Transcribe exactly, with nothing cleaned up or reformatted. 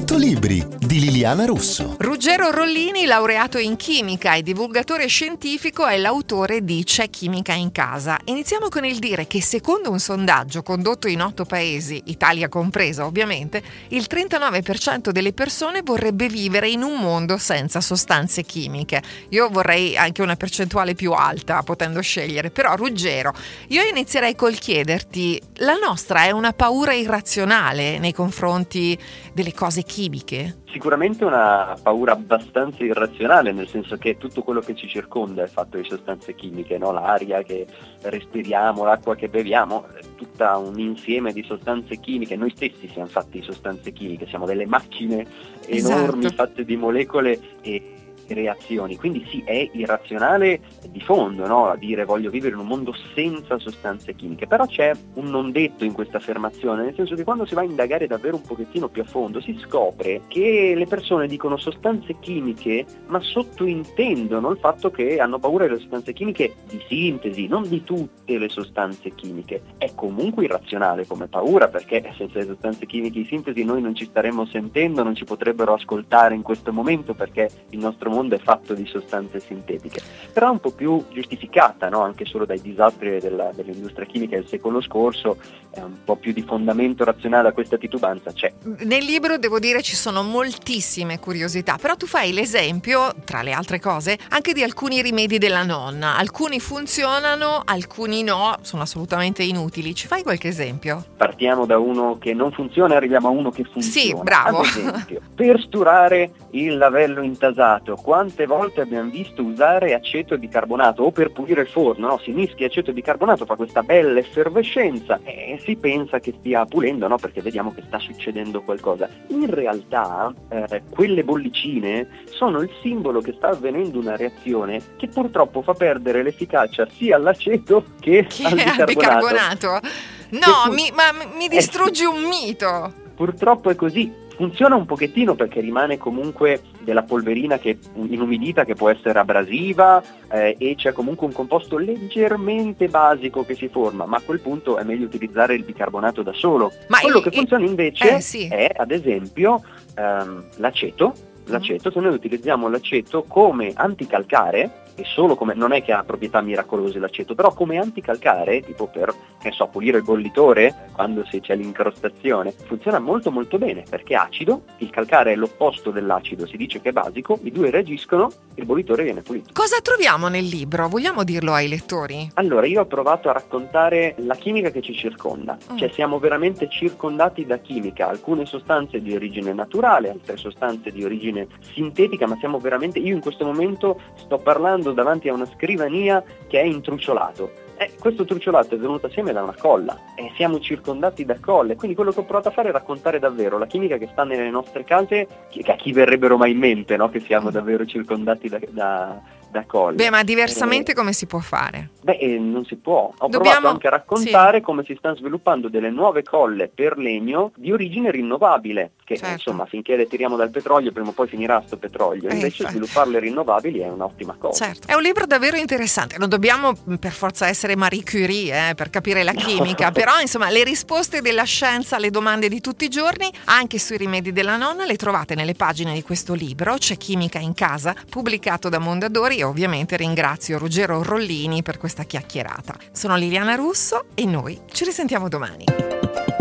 cento libri di Liliana Russo. Ruggero Rollini, laureato in chimica e divulgatore scientifico, è l'autore di C'è chimica in casa. Iniziamo con il dire che secondo un sondaggio condotto in otto paesi, Italia compresa ovviamente, il trentanove per cento delle persone vorrebbe vivere in un mondo senza sostanze chimiche. Io vorrei anche una percentuale più alta, potendo scegliere. Però Ruggero, io inizierei col chiederti, la nostra è una paura irrazionale nei confronti delle cose chimiche? Sicuramente una paura abbastanza irrazionale, nel senso che tutto quello che ci circonda è fatto di sostanze chimiche, no? L'aria che respiriamo, l'acqua che beviamo, è tutta un insieme di sostanze chimiche. Noi stessi siamo fatti di sostanze chimiche, siamo delle macchine enormi, esatto, fatte di molecole e reazioni, quindi sì, è irrazionale di fondo, no? A dire voglio vivere in un mondo senza sostanze chimiche. Però c'è un non detto in questa affermazione, nel senso che quando si va a indagare davvero un pochettino più a fondo si scopre che le persone dicono sostanze chimiche ma sottointendono il fatto che hanno paura delle sostanze chimiche di sintesi, non di tutte le sostanze chimiche. È comunque irrazionale come paura, perché senza le sostanze chimiche di sintesi noi non ci staremmo sentendo, non ci potrebbero ascoltare in questo momento, perché il nostro mondo è fatto di sostanze sintetiche, però un po' più giustificata, no? Anche solo dai disastri della, dell'industria chimica del secolo scorso, è un po' più di fondamento razionale a questa titubanza c'è. Nel libro devo dire ci sono moltissime curiosità, però tu fai l'esempio, tra le altre cose, anche di alcuni rimedi della nonna. Alcuni funzionano, alcuni no, sono assolutamente inutili. Ci fai qualche esempio? Partiamo da uno che non funziona e arriviamo a uno che funziona. Sì, bravo. Ad esempio, per sturare il lavello intasato, quante volte abbiamo visto usare aceto di carbonato, o per pulire il forno, no? Si mischia aceto di carbonato, fa questa bella effervescenza e si pensa che stia pulendo, no? Perché vediamo che sta succedendo qualcosa. In realtà eh, quelle bollicine sono il simbolo che sta avvenendo una reazione che purtroppo fa perdere l'efficacia sia all'aceto che, che al bicarbonato. bicarbonato. No, mi, ma mi distruggi eh, un mito. Purtroppo è così. Funziona un pochettino perché rimane comunque della polverina che, inumidita, che può essere abrasiva, eh, e c'è comunque un composto leggermente basico che si forma, ma a quel punto è meglio utilizzare il bicarbonato da solo. Ma Quello il, che funziona invece eh, sì. è ad esempio ehm, l'aceto. L'aceto, se noi utilizziamo l'aceto come anticalcare, e solo come, non è che ha proprietà miracolose l'aceto, però come anticalcare, tipo per, che so, pulire il bollitore, quando si c'è l'incrostazione, funziona molto molto bene, perché è acido, il calcare è l'opposto dell'acido, si dice che è basico, i due reagiscono, il bollitore viene pulito. Cosa troviamo nel libro? Vogliamo dirlo ai lettori? Allora, io ho provato a raccontare la chimica che ci circonda, mm. cioè siamo veramente circondati da chimica, alcune sostanze di origine naturale, altre sostanze di origine sintetica, ma siamo veramente, io in questo momento sto parlando davanti a una scrivania che è in truciolato. Eh, questo truciolato è venuto assieme da una colla e siamo circondati da colle, quindi quello che ho provato a fare è raccontare davvero la chimica che sta nelle nostre case, che a chi verrebbero mai in mente, no? Che siamo davvero circondati da, da, da colle. Beh, ma diversamente eh, come si può fare? Beh, eh, non si può. Ho Dobbiamo... provato anche a raccontare sì. come si stanno sviluppando delle nuove colle per legno di origine rinnovabile, che certo. insomma finché le tiriamo dal petrolio prima o poi finirà sto petrolio, eh, invece infatti. svilupparle rinnovabili è un'ottima cosa. Certo. È un libro davvero interessante, non dobbiamo per forza essere Marie Curie eh, per capire la chimica, no. Però insomma le risposte della scienza alle domande di tutti i giorni, anche sui rimedi della nonna, le trovate nelle pagine di questo libro, C'è chimica in casa, pubblicato da Mondadori, e ovviamente ringrazio Ruggero Rollini per questa chiacchierata. Sono Liliana Russo e noi ci risentiamo domani.